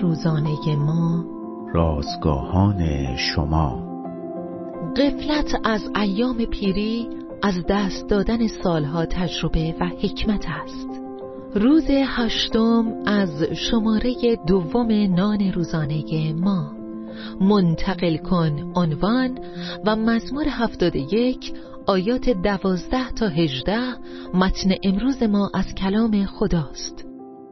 روزانه ما، رازگاهان شما. غفلت از ایام پیری از دست دادن سالها تجربه و حکمت است. روز 8 از شماره 2 نان روزانه ما. منتقل کن عنوان و مزمور 71 آیات 12 تا 18 متن امروز ما از کلام خداست.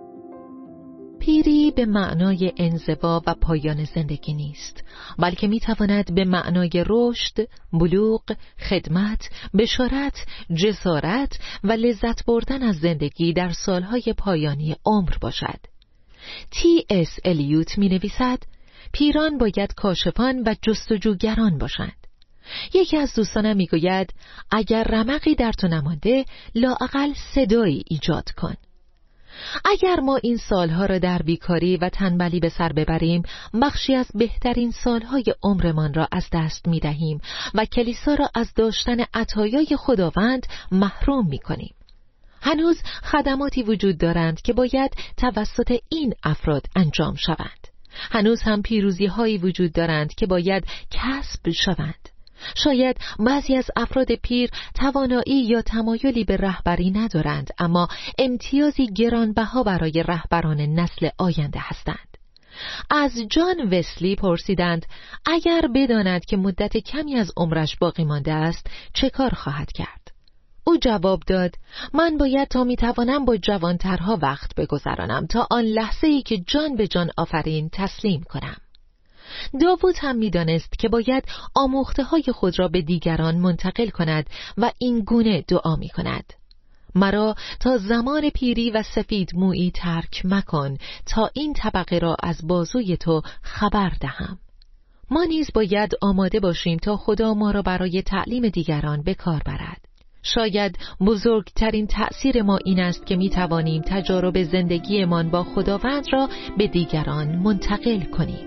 پیری به معنای انزوا و پایان زندگی نیست، بلکه میتواند به معنای رشد، بلوغ، خدمت، بشارت، جسارت و لذت بردن از زندگی در سالهای پایانی عمر باشد. T.S. الیوت می نویسد پیران باید کاشفان و جستجوگران باشند. یکی از دوستانم می گوید اگر رمقی در تو نمانده لااقل صدایی ایجاد کن. اگر ما این سالها را در بیکاری و تنبلی به سر ببریم، بخشی از بهترین سالهای عمرمان را از دست می دهیم و کلیسا را از داشتن عطایای خداوند محروم می کنیم. هنوز خدماتی وجود دارند که باید توسط این افراد انجام شوند. هنوز هم پیروزی هایی وجود دارند که باید کسب شوند. شاید بعضی از افراد پیر توانایی یا تمایلی به رهبری ندارند، اما امتیازی گرانبها برای رهبران نسل آینده هستند. از جان وسلی پرسیدند اگر بداند که مدت کمی از عمرش باقی مانده است چه کار خواهد کرد؟ او جواب داد من باید تا میتوانم با جوانترها وقت بگذرانم تا آن لحظه‌ای که جان به جان آفرین تسلیم کنم. داوود هم می‌دانست که باید آموخته‌های خود را به دیگران منتقل کند و این گونه دعا می‌کند: مرا تا زمان پیری و سفید مویی ترک مکن تا این طبقه را از بازوی تو خبر دهم. ما نیز باید آماده باشیم تا خدا ما را برای تعلیم دیگران به کار برد. شاید بزرگترین تأثیر ما این است که می‌توانیم تجارب زندگیمان با خداوند را به دیگران منتقل کنیم.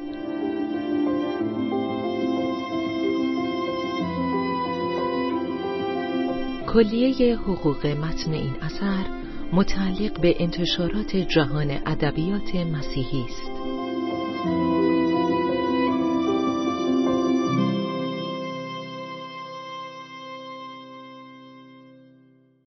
کلیه حقوق متن این اثر متعلق به انتشارات جهان ادبیات مسیحی است.